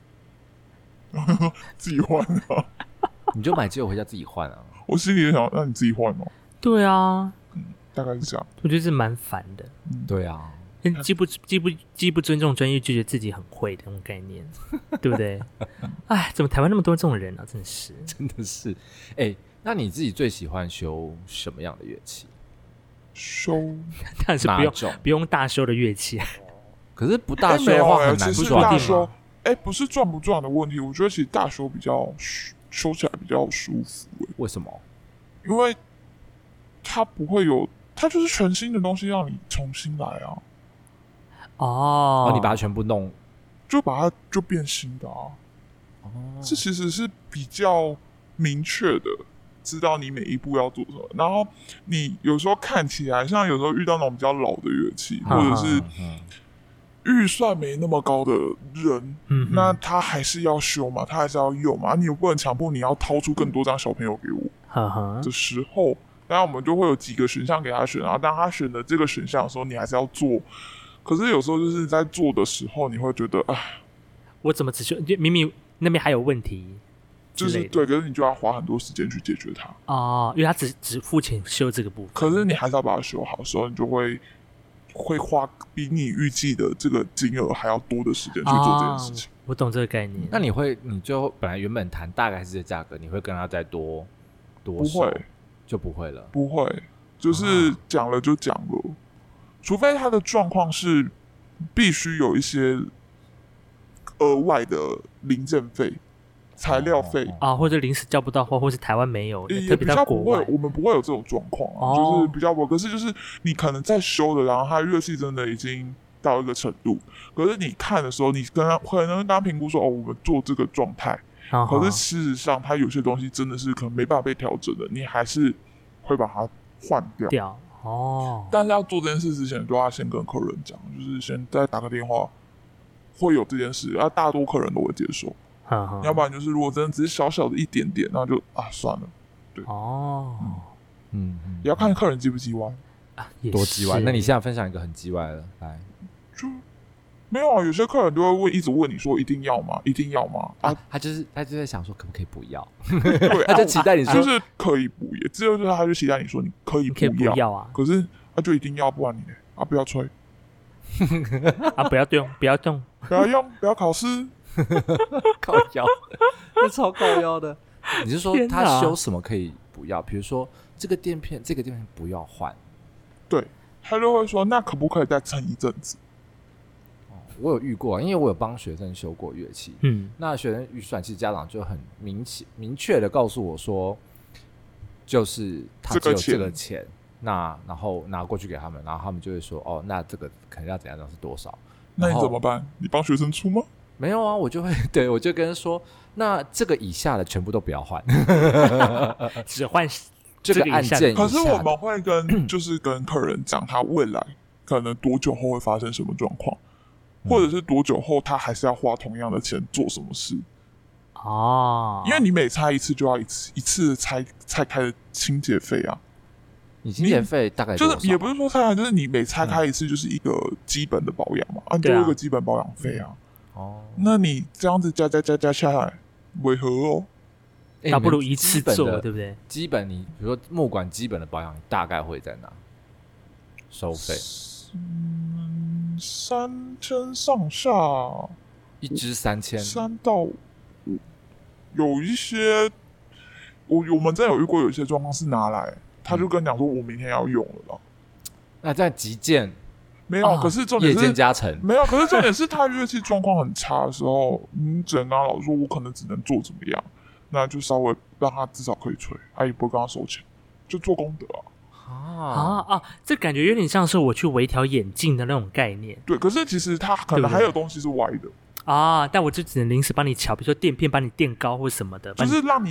自己换啊， 你就买机油回家自己换啊。 我心里就想，那你自己换哦。 对啊， 嗯，大概是这样。 我觉得是蛮烦的。 嗯、对啊， 既不既不既不尊重专业，就觉得自己很会的那种概念，对不对？哎，怎么台湾那么多这种人啊？真的是， 真的是。哎、欸，那你自己最喜欢修什么样的乐器？ 修， 当然是不用不用大修的乐器。 可是不大修的话很难赚定吗？哎、欸，不是赚不赚的问题，我觉得其实大修比较修起来比较舒服、欸。 为什么？ 因为它不会有，它就是全新的东西让你重新来啊。 哦， 哦，你把它全部弄， 就把它就变新的啊。哦，这其实是比较明确的，知道你每一步要做什么。然后你有时候看起来，像有时候遇到那种比较老的乐器，或者是预算没那么高的人，嗯，那他还是要修嘛，他还是要用嘛，你又不能强迫你要掏出更多张小朋友给我。的时候，当然我们就会有几个选项给他选，然后当他选的这个选项的时候，你还是要做。可是有时候就是在做的时候，你会觉得，哎， 我怎么只修？明明那边还有问题， 就是对，可是你就要花很多时间去解决它。 哦，因为他只只付钱修这个部分， 可是你还是要把它修好的时候，你就会会花比你预计的这个金额还要多的时间去做这件事情。 哦，我懂这个概念。 那你会，你最后本来原本谈大概是这个价格，你会跟他再多？ 不会， 就不会了。 不会，就是讲了就讲了，啊、除非他的状况是必须有一些额外的零件费、材料费啊，或者临时叫不到货，或是台湾没有， 也比较不会，我们不会有这种状况、啊哦，就是比较不会。可是就是你可能在修的，然后他乐器真的已经到一个程度，可是你看的时候，你跟他可能跟他评估说，哦，我们做这个状态。可是事实上，它有些东西真的是可能没办法被调整的，你还是会把它换掉。 掉哦。 但是要做这件事之前，都要先跟客人讲，就是先再打个电话，会有这件事，啊，大多客人都会接受。 呵呵， 要不然就是如果真的只是小小的一点点，那就啊算了。对哦， 嗯嗯， 也要看客人叽不叽歪啊， 多叽歪。那你现在分享一个很叽歪的来， 就。没有啊，有些客人都会问，一直问你说一定要吗？一定要吗？啊， 啊他就是他就在想说可不可以不要， 对， 他就期待你说、 啊、就是可以不要，只有就是他就期待你说你可以不要， 可以不要啊， 可是他就一定要，不然你呢？啊，不要吹， 啊，不要动，不要动， 不要用，不要考试， 靠腰，那超靠腰的。你是说他修什么可以不要？比如说这个垫片，这个垫片不要换， 对，他就会说那可不可以再撑一阵子？ 我有遇过，因为我有帮学生修过乐器。 嗯， 那学生预算，其实家长就很明确、明确的告诉我说，就是他只有这个钱，那然后拿过去给他们，然后他们就会说，哦，那这个可能要怎样，是多少？ 那你怎么办？你帮学生出吗？ 没有啊，我就会对我就跟他说，那这个以下的全部都不要换， 只换这个按键以下的。 可是我们会跟就是跟客人讲，他未来可能多久后会发生什么状况。或者是多久后，他还是要花同样的钱做什么事？ 哦， 因为你每拆一次就要一次一次拆拆开的清洁费啊。 你清洁费大概就是也不是说拆开，就是你每拆开一次就是一个基本的保养嘛，嗯、啊，你就有一个基本保养费啊。哦，那你这样子加加加加下来，违和哦。 倒不如一次做，对不对？ 基本你比如说木管基本的保养大概会在哪？收费？ 嗯，三千上下， 一支三千， 三到五，有一些，我我们真的有遇过，有一些状况是拿来，他就跟你讲说，我明天要用了啦。 那这样急件没有，啊、可是重点是夜间加成没有，可是重点是他乐器状况很差的时候，你只能跟他老师说，我可能只能做怎么样，那就稍微让他至少可以吹，他也不会跟他收钱，就做功德啊。 啊啊！这感觉有点像是我去微调眼镜的那种概念。 对，可是其实它可能还有东西是歪的啊，但我就只能临时帮你调，比如说垫片帮你垫高或什么的， 就是让你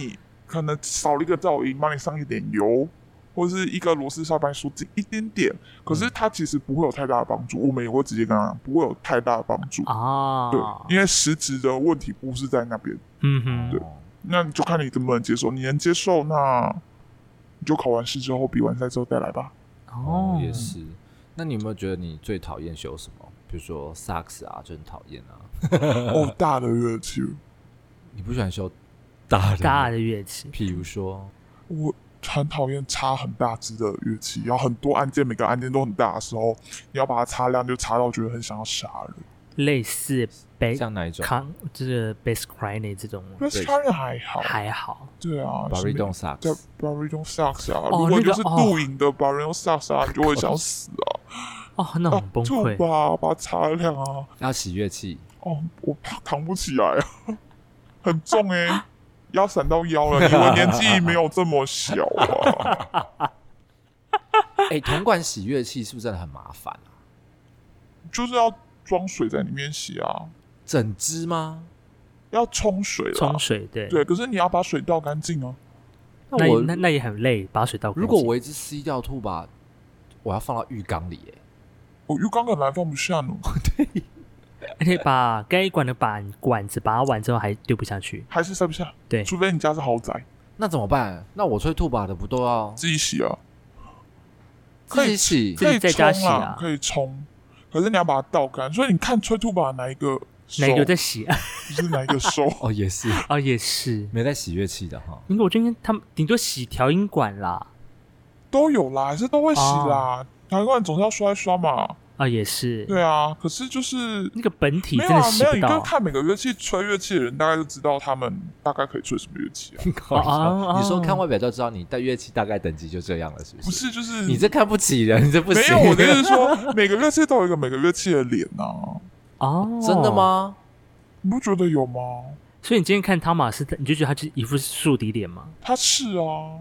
可能少了一个噪音，帮你上一点油，或是一个螺丝稍微帮你缩紧一点点，可是它其实不会有太大的帮助。我们也会直接跟他讲，不会有太大的帮助啊。 对，因为实质的问题不是在那边。 嗯哼， 对，那你就看你能不能接受，你能接受，那你就考完试之后，比完赛之后再来吧。 哦，也是。那你有没有觉得你最讨厌修什么？比如说萨克斯啊，就很讨厌啊。 哦，大的乐器， 你不喜欢修大的大的乐器？ 譬如说， 我很讨厌插很大支的乐器，然后很多按键，每个按键都很大的时候，你要把它擦亮，就擦到觉得很想要杀人。 类似 bass 像哪一种？ 就是 bass clarinet 这种 bass clarinet 还好， 还好。 对啊 ，baritone sax， 对 baritone sax 啊， 哦、 如果就是那个、 镀银的 baritone sax 啊，你就会想死啊。 哦，那很崩溃。 啊、吧，把它擦亮啊。 要洗乐器。 哦，我扛不起来啊，很重哎、欸，腰闪到腰了。你们年纪没有这么小啊。 哎、欸，铜管洗乐器是不是真的很麻烦啊？ 就是要装水在里面洗啊。 整支吗？ 要冲水啦， 冲水，对对。可是你要把水倒干净啊。 那我那那也很累，把水倒干净。 如果我一只 C 调兔把我要放到浴缸里、欸，哎， 我浴缸很难放不下呢。 对。 而且把该管的板管子拔完之后还丢不下去， 还是塞不下。 对， 除非你家是豪宅。 那怎么办？那我吹兔把的不都要自己洗啊？ 自己洗， 可以在家洗啊， 可以冲。可是你要把它倒干，所以你看吹兔把哪一个哪一个在洗啊？ 不是哪一个收？ 哦，也是哦，也是没在洗乐器的哈。 因为我今天他们顶多洗调音管啦， 都有啦，还是都会洗啦。调音管总是要刷一刷嘛。 啊，也是， 对啊，可是就是那个本体真的洗不到。 没有、啊，没有，你就看每个乐器吹乐器的人，大概就知道他们大概可以吹什么乐器啊。 啊你说看外表就知道你带乐器大概等级就这样了，是不是？ 不是，就是你这看不起人，你这不行。 没有，我的意思是说，每个乐器都有一个每个乐器的脸啊。 哦， 真的吗？ 你不觉得有吗？ 所以你今天看汤马斯，你就觉得他就是一副竖笛脸吗？ 他是啊，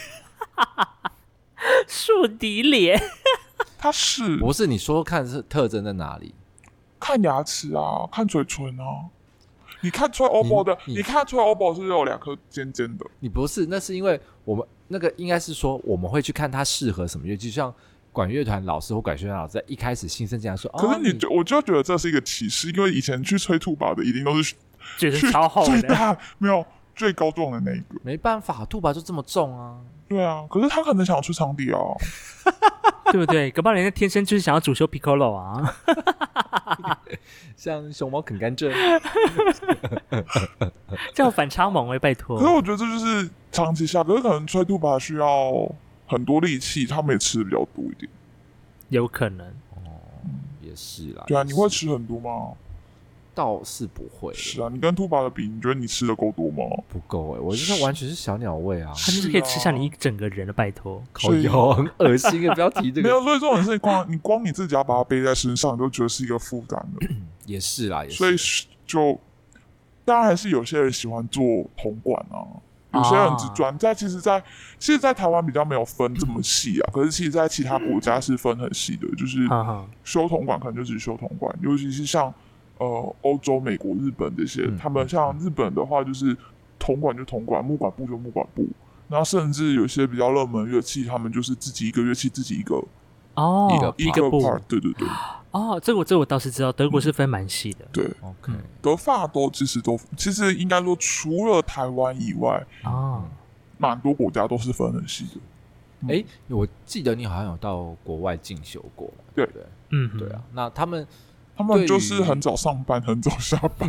竖笛脸。 他是不是？你说看是特征在哪里？ 看牙齿啊，看嘴唇啊。你看吹 oboe 的，你, 你看吹 oboe 是不是有两颗尖尖的？ 你不是，那是因为我们那个应该是说我们会去看它适合什么乐器，就像管乐团老师或管弦乐老师在一开始新生这样说。 可是你， 哦、 你我就觉得这是一个歧视，因为以前去吹兔把的一定都是就是超厚的， 最大没有最高壮的那一个。 没办法，兔把就这么重啊。 对啊，可是他可能想要吹长笛啊。 对不对？搞不好人家天生就是想要主修 Piccolo 啊， 像熊猫啃甘蔗， 这样反差萌哎，拜托。 可是我觉得这就是长期下，可是可能吹兔把需要很多力气，他们也吃的比较多一点， 有可能。 哦，也是啦。 对啊，你会吃很多吗？ 倒是不会。 是啊，你跟兔把的比，你觉得你吃的够多吗？ 不够哎、欸，我就是完全是小鸟胃啊。 他就是可以吃下你一整个人的，拜托。 口油很恶心啊！不要提这个。 没有，所以这种事光你光你自己要把它背在身上，你都觉得是一个负担了。 也是啦，也是。 所以就当然还是有些人喜欢做铜管啊，有些人只专在。其实在，在其实，在台湾比较没有分这么细啊。可是其实，在其他国家是分很细的，就是修铜管可能就只修铜管，尤其是像。呃，欧洲、美国、日本这些，嗯、他们像日本的话，就是铜管就铜管，木管部就木管部，然后甚至有些比较热门乐器，他们就是自己一个乐器，自己一个哦， 一个一个部， 对对对。 哦，这个我这个我倒是知道，德国是分蛮细的。 对 ，OK， 德法都其实都，其实应该说除了台湾以外， 哦， 蛮多国家都是分很细的。 哎、嗯，我记得你好像有到国外进修过， 对不对？ 嗯， 对啊，那他们。 他们就是很早上班，很早下班，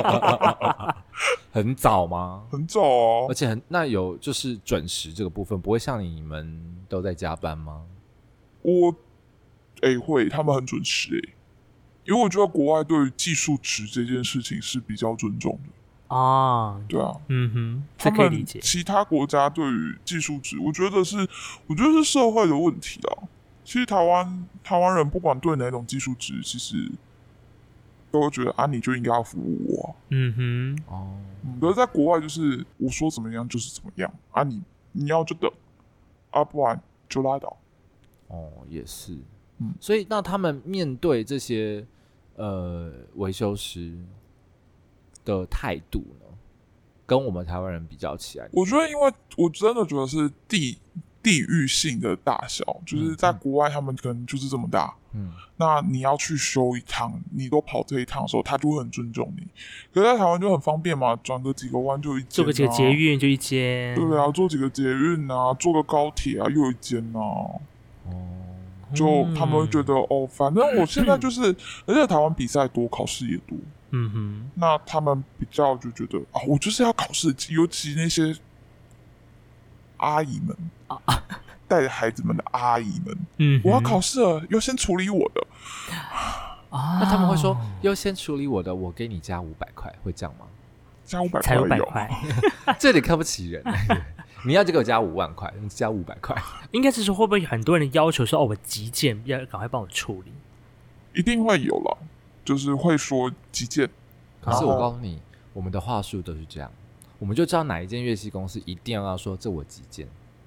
很早吗？ 很早啊， 而且很那有就是准时这个部分，不会像你们都在加班吗？ 我哎、欸、会，他们很准时哎、欸，因为我觉得国外对于技术值这件事情是比较尊重的啊， 对啊， 嗯哼， 他可以理解。 其他国家对于技术值，我觉得是，我觉得是社会的问题啊。其实台湾台湾人不管对哪种技术值，其实。都会觉得啊，你就应该要服务我、啊。 嗯哼， 哦， 嗯，可是在国外就是我说怎么样就是怎么样啊你，你你要就等，啊不然就拉倒。 哦，也是， 嗯， 所以那他们面对这些呃维修师的态度呢？ 跟我们台湾人比较起来？ 我觉得，因为我真的觉得是地地域性的大小，就是在国外他们可能就是这么大，嗯，那你要去修一趟，你都跑这一趟的时候，他就会很尊重你。可是在台湾就很方便嘛，转个几个弯就一间、啊， 做个几个捷运就一间， 对啊，坐几个捷运啊，坐个高铁啊，又一间啊。哦，就他们会觉得、嗯、哦，反正我现在就是，而且台湾比赛多，考试也多，嗯哼，那他们比较就觉得啊，我就是要考试，尤其那些阿姨们啊，带着孩子们的阿姨们，嗯，我要考试了，优先处理我的。 啊，那他们会说优先处理我的，我给你加五百块，会这样吗？ 加五百块才五百块， 这里看不起人。你要就给我加五万块，你加五百块， 应该是说会不会很多人的要求说哦，我急件要赶快帮我处理？ 一定会有了，就是会说急件。 可是我告诉你，我们的话术都是这样，我们就知道哪一间乐器公司一定要说这我急件。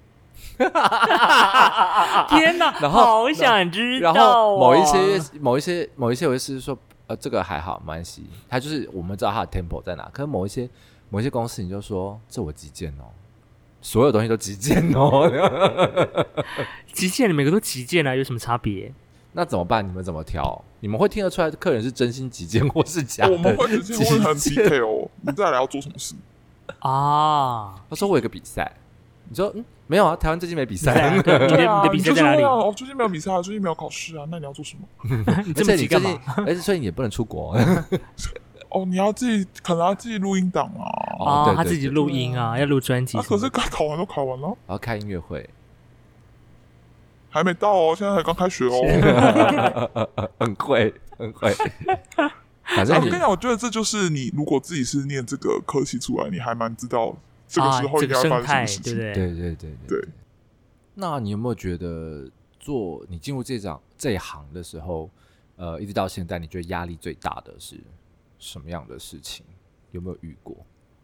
天哪，然后好想知道、哦。 然后某一些某一些某一些我是说，呃，这个还好，没关系。他就是我们知道他的 tempo 在哪，可是某一些某一些公司你就说这我急件哦。所有东西都急件哦， 急件每个都急件啊，有什么差别？ 那怎么办？你们怎么挑？你们会听得出来客人是真心急件或是假的？ 我们会直接问很 detail 你再来要做什么事啊？ 他说我有个比赛，你说嗯没有啊，台湾最近没比赛， 你的你的比赛在哪里？ 哦，最近没有比赛，最近没有考试啊，那你要做什么？ 你这么急干嘛？ 而且所以你也不能出国。 哦，你要自己可能要自己录音档啊！ 哦，对对对对他自己录音啊，要录专辑、啊。 可是刚考完都考完了， 然后开音乐会， 还没到哦，现在才刚开学哦， 很会，很会。反正、啊、 我跟你讲，我觉得这就是你如果自己是念这个科系出来，你还蛮知道这个时候应该会发生什么事情。 啊这个、 对对对对对, 对。 那你有没有觉得做你进入这场这一行的时候，呃，一直到现在，你觉得压力最大的是？什么样的事情有没有遇过？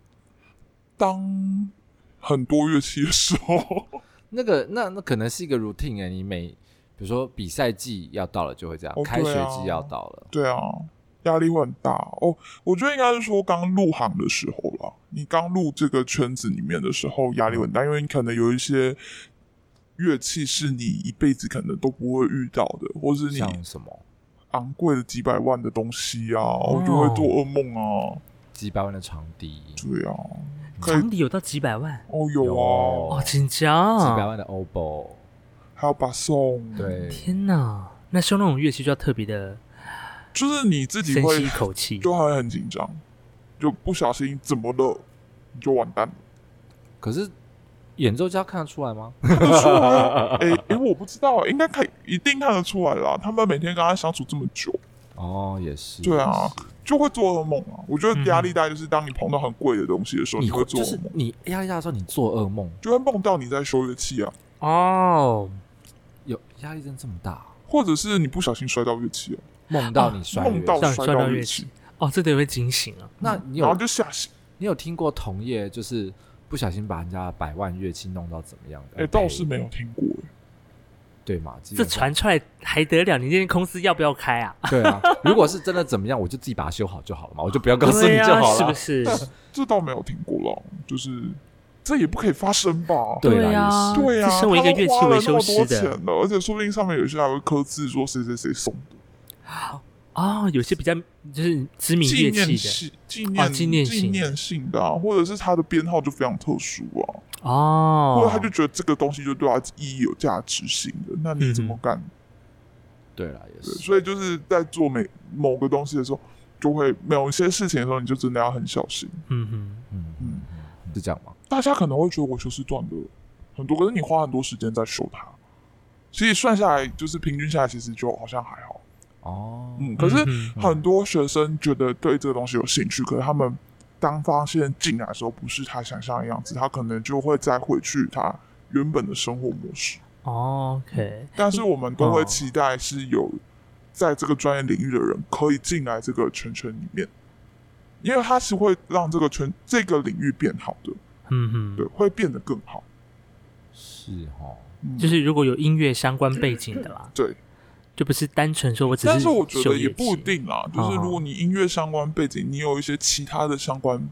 当很多乐器的时候， 那个那那可能是一个 routine 哎、欸，你每比如说比赛季要到了就会这样， 哦、 开学季要到了， 对啊，压力会很大哦。我觉得应该是说刚入行的时候啦，你刚入这个圈子里面的时候压力很大，嗯、因为你可能有一些乐器是你一辈子可能都不会遇到的，或是你像什么？ 昂贵的几百万的东西啊，我、哦、就会做噩梦啊！ 几百万的场地， 对啊， 场地有到几百万哦，有啊， 哦，真假？ 几百万的 oboe， 还有巴松， 对， 天哪！那修那种乐器就要特别的， 就是你自己会深吸一口气， 就会很紧张，就不小心怎么了，你就完蛋了。 可是演奏家看得出来吗？ 看得出来，哎、欸欸、我不知道，应该看，一定看得出来啦。他们每天跟他相处这么久， 哦，也是， 对啊，就会做噩梦啊。我觉得压力大就是当你碰到很贵的东西的时候， 嗯、 你会做噩梦。 就是你压力大的时候，你做噩梦， 就会梦到你在修乐器啊。 哦， 有压力真的这么大？ 或者是你不小心摔到乐器啊， 梦到你摔， 梦、啊、到摔到乐器， 哦，这得会惊醒啊。 那你有然后就吓醒。 你有听过同业就是不小心把人家百万乐器弄到怎么样的？ 哎、欸，倒是没有听过、欸， 对嘛？ 这传出来还得了？你这间公司要不要开啊？ 对啊，如果是真的怎么样，我就自己把它修好就好了嘛，我就不要告诉你就好了， 啊、是不是？ 这倒没有听过了，就是这也不可以发生吧？ 对啊， 对啊， 身为一个乐器维修师的， 钱了，而且说不定上面有些还会刻字说谁谁谁送的。 哦，有些比较就是知名乐器的纪念、纪念、纪念性的、啊，或者是它的编号就非常特殊啊。 哦， 或者他就觉得这个东西就对他意义有价值性的，那你怎么干？嗯、 对啦，也是。 所以就是在做每某个东西的时候，就会某一些事情的时候，你就真的要很小心。 嗯哼， 嗯嗯，是这样吗？ 大家可能会觉得我修饰断的很多，可是你花很多时间在修它，其实算下来就是平均下来，其实就好像还好。 哦， 嗯，可是很多学生觉得对这个东西有兴趣，可是他们当发现进来的时候不是他想象的样子，他可能就会再回去他原本的生活模式。 哦 OK， 但是我们都会期待是有在这个专业领域的人可以进来这个圈圈里面，因为他是会让这个圈这个领域变好的。 嗯哼， 对，会变得更好。 是齁、 嗯，就是如果有音乐相关背景的啦， 对。 就不是单纯说我只是， 但是我觉得也不一定啦。就是如果你音乐相关背景，你有一些其他的相关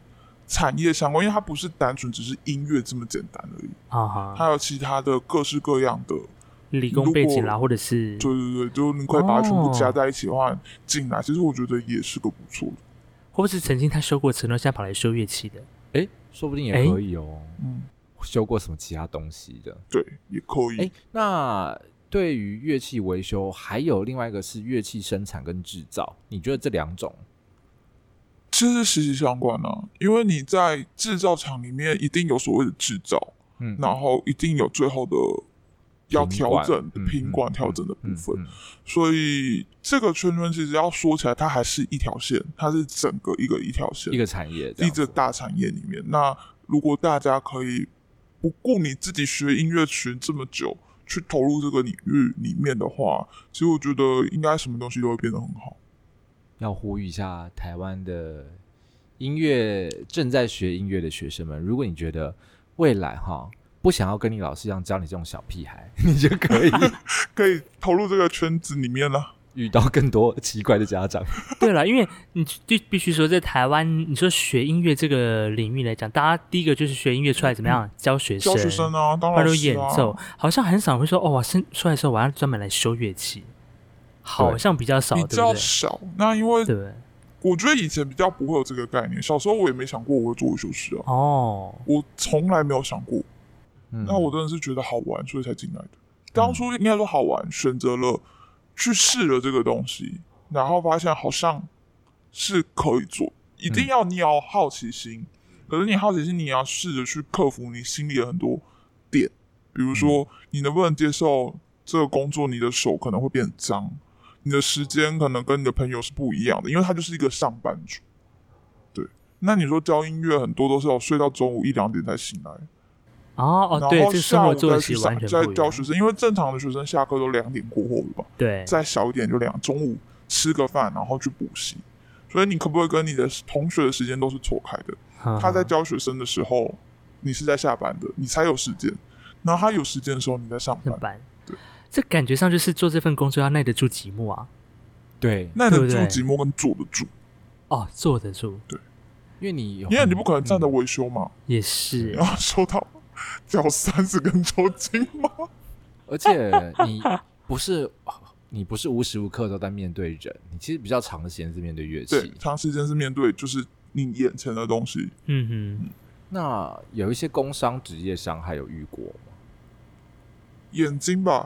产业相关，因为它不是单纯只是音乐这么简单而已， 啊哈， 还有其他的各式各样的理工背景啦，或者是对对对，就你可以把它全部加在一起的话进来，其实我觉得也是个不错的。 或者是曾经他修过车，然后现在跑来修乐器的， 哎，说不定也可以哦。 嗯， 修过什么其他东西的？ 对，也可以。 哎，那对于乐器维修，还有另外一个是乐器生产跟制造，你觉得这两种其实息息相关啊，因为你在制造厂里面一定有所谓的制造，嗯，然后一定有最后的要调整的品管调整的部分，嗯嗯嗯嗯、所以这个圈圈其实要说起来，它还是一条线，它是整个一个一条线， 一个产业， 一个大产业里面。那如果大家可以不顾你自己学音乐学这么久，去投入这个领域里面的话，其实我觉得应该什么东西都会变得很好。 要呼吁一下台湾的音乐正在学音乐的学生们，如果你觉得未来哈不想要跟你老师一样教你这种小屁孩，你就可以可以投入这个圈子里面了， 遇到更多奇怪的家长。 对了，因为你就必须说，在台湾，你说学音乐这个领域来讲，大家第一个就是学音乐出来怎么样、嗯、教学生， 教学生啊，当然是啊， 演奏，好像很少会说哦，我生出来的时候我要专门来修乐器。好像比较少， 比较少。那因为对， 我觉得以前比较不会有这个概念。小时候我也没想过我会做维修师啊。 哦， 我从来没有想过。嗯、那我真的是觉得好玩，所以才进来的。当初应该说好玩，选择了去试了这个东西，然后发现好像是可以做。一定要你要好奇心，嗯、可是你好奇心，你要试着去克服你心里的很多点，比如说、嗯、你能不能接受这个工作，你的手可能会变脏。你的时间可能跟你的朋友是不一样的，因为他就是一个上班族。对，那你说教音乐很多都是要睡到中午一两点才醒来。 哦哦，对，这生活作息完全不一样。 在教学生，因为正常的学生下课都两点过后了吧？ 对， 再小一点就两，中午吃个饭然后去补习。所以你可不可以跟你的同学的时间都是错开的？呵呵他在教学生的时候，你是在下班的，你才有时间。然后他有时间的时候，你在上班。 上班，对。这感觉上就是做这份工作要耐得住寂寞啊， 对， 耐得住寂寞跟坐得住。 哦，坐得住， 对， 因为你因为你不可能站着维修嘛， 嗯、也是， 你要收到缴三十根抽筋吗？ 而且你不是你不是无时无刻都在面对人，你其实比较长的时间是面对乐器， 对，长时间是面对就是你眼前的东西。 嗯哼， 嗯那有一些工伤职业伤害有遇过吗？ 眼睛吧。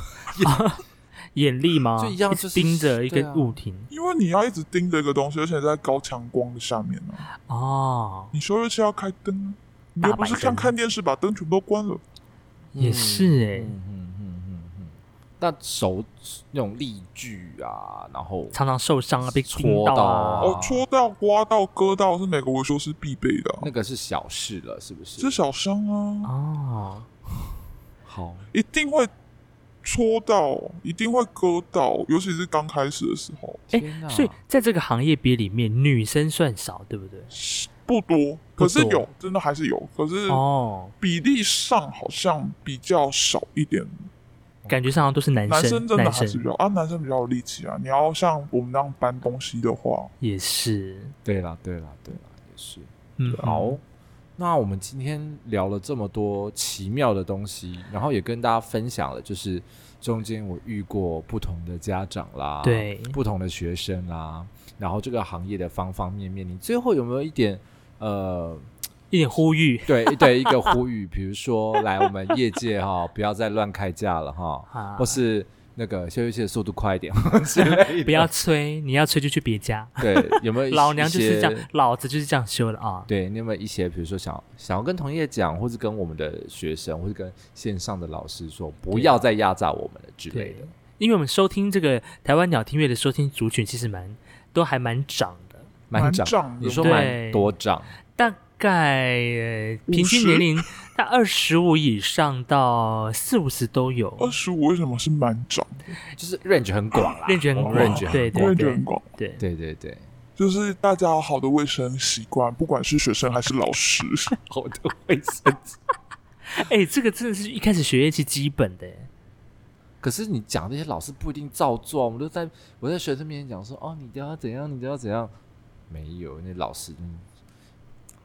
眼力吗？ 就一样，就是盯着一个物体、啊， 因为你要一直盯着一个东西，而且在高强光的下面啊。 哦， 你修乐器要开灯啊，你又不是看看电视把灯全部都关了。 也是哎、欸， 嗯嗯嗯嗯嗯。那手那种力具啊，然后常常受伤啊，被戳到啊， 哦，戳到、刮到、割到是每个维修师必备的、啊。 那个是小事了，是不是？ 是小伤啊。 哦， 好， 一定会。戳到，一定会割到，尤其是刚开始的时候。 哎、欸，所以在这个行业别里面，女生算少，对不对？ 不多，可是有，真的还是有。可是哦，比例上好像比较少一点。 感觉上都是男生， 男生真的还是比较啊，男生比较有力气啊。你要像我们那样搬东西的话， 也是。 对啦，对啦，对啦，也是。嗯，好。那我们今天聊了这么多奇妙的东西，然后也跟大家分享了，就是中间我遇过不同的家长啦， 对， 不同的学生啦，然后这个行业的方方面面，你最后有没有一点呃一点呼吁？ 对对，一个呼吁，比如说来我们业界哈，不要再乱开价了哈，或是那个修乐器的速度快一点之类的， 不要催，你要催就去别家。 对，有没有老娘就是这样，老子就是这样修的啊？ 对，你有没有一些，比如说想想要跟同业讲，或是跟我们的学生，或是跟线上的老师说，不要再压榨我们了之类的？ 因为我们收听这个台湾鸟听乐的收听族群，其实蛮都还蛮长的， 蛮长。你说蛮多长？ 大概、呃、平均年龄在二十五以上到四五十都有。 二十五为什么是蛮长的？ 就是 range 很广啦 ，range 很广 ，range 对对 range 很广， 对对对对， 就是大家有好的卫生习惯，不管是学生还是老师， 好的卫生。 哎、欸，这个真的是一开始学乐器基本的。 可是你讲这些老师不一定照做，我们都在我在学生面前讲说，哦，你都要怎样，你都要怎样，没有那老师。嗯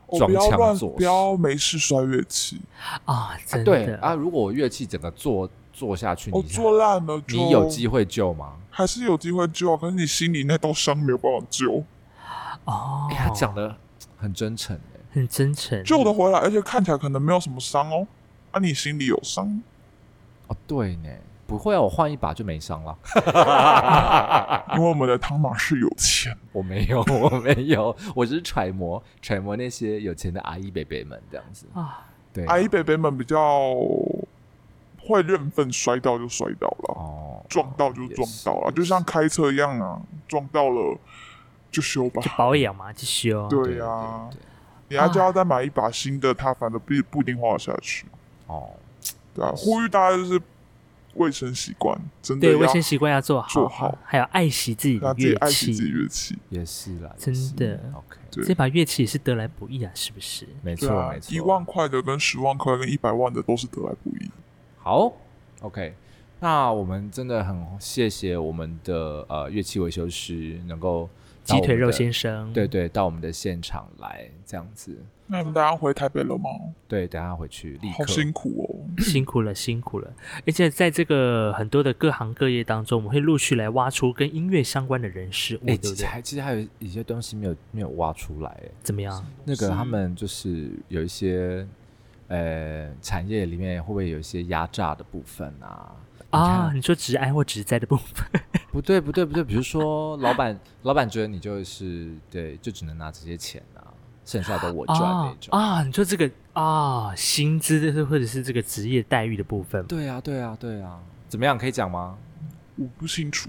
装腔作势，不要乱， 不要没事摔乐器啊！真的对啊，如果我乐器整个做做下去， 我、哦、做烂了就， 你有机会救吗？ 还是有机会救，可是你心里那道伤没有办法救。 哦， 欸、他讲的很真诚， 很真诚， 救得回来，而且看起来可能没有什么伤哦。啊，你心里有伤？ 哦，对呢，不会啊，我换一把就没伤了。 因为我们的汤马士有钱， 我没有，我没有，我只是揣摩揣摩那些有钱的阿姨伯伯们这样子啊。对， 阿姨伯伯们比较会认份，摔到就摔到了，哦，撞到就撞到了，就像开车一样啊，撞到了就修吧， 就保养嘛，就修。 对呀、啊，你还叫他再买一把新的，他反正不不一定花得下去。哦，对啊，呼吁大家就是卫生习惯，真的对卫生习惯要做好， 做好， 还有爱惜自己的乐器， 爱惜自己乐器也是啦， 真的。 OK， 这把乐器也是得来不易啊，是不是？ 没错、啊，没错， 一万块的跟十万块跟一百万的都是得来不易。 好 ，OK， 那我们真的很谢谢我们的呃乐器维修师能够鸡腿肉先生， 对对，到我们的现场来这样子。 那你们大家回台北了吗？ 对，等一下回去立刻。 好辛苦哦， 辛苦了，辛苦了。而且在这个很多的各行各业当中，我们会陆续来挖出跟音乐相关的人事物，欸、对不对？ 其实还有一些东西没有没有挖出来， 怎么样？ 那个他们就是有一些呃产业里面会不会有一些压榨的部分啊？ 啊，你说职安或职灾的部分？ 不对，不对，不对。比如说，老板老板觉得你就是对，就只能拿这些钱啊。剩下都我赚那种啊, 啊！你说这个啊，薪资或者是这个职业待遇的部分， 对啊，对啊，对啊，怎么样？可以讲吗？ 我不清楚。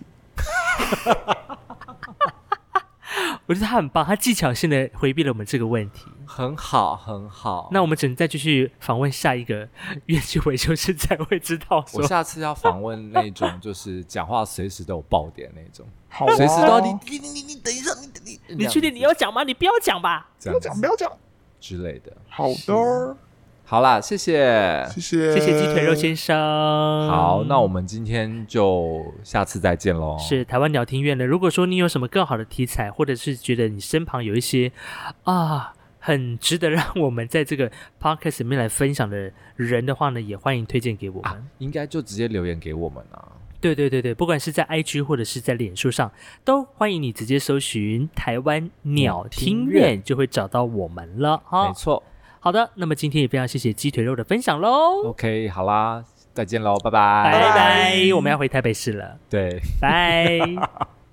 我觉得他很棒，他技巧性的回避了我们这个问题， 很好，很好。 那我们只能再继续访问下一个乐器维修师，才会知道说。 我下次要访问那种就是讲话随时都有爆点那种， 好、啊， 随时都要你你你你等一下，你你你确定你要讲吗？你不要讲吧， 不要讲，不要讲之类的。 好的。 好啦，谢谢， 谢谢， 谢谢鸡腿肉先生。 好，那我们今天就下次再见咯。 是台湾鸟听院的。如果说你有什么更好的题材，或者是觉得你身旁有一些啊很值得让我们在这个 podcast 里面来分享的人的话呢，也欢迎推荐给我们。啊、 应该就直接留言给我们啊。 对对对对，不管是在 I G 或者是在脸书上，都欢迎你直接搜寻台湾鸟听院，就会找到我们了哈。 没错。 好的，那么今天也非常谢谢鸡腿肉的分享咯。 OK， 好啦，再见咯，拜拜拜拜，我们要回台北市了。 对， 拜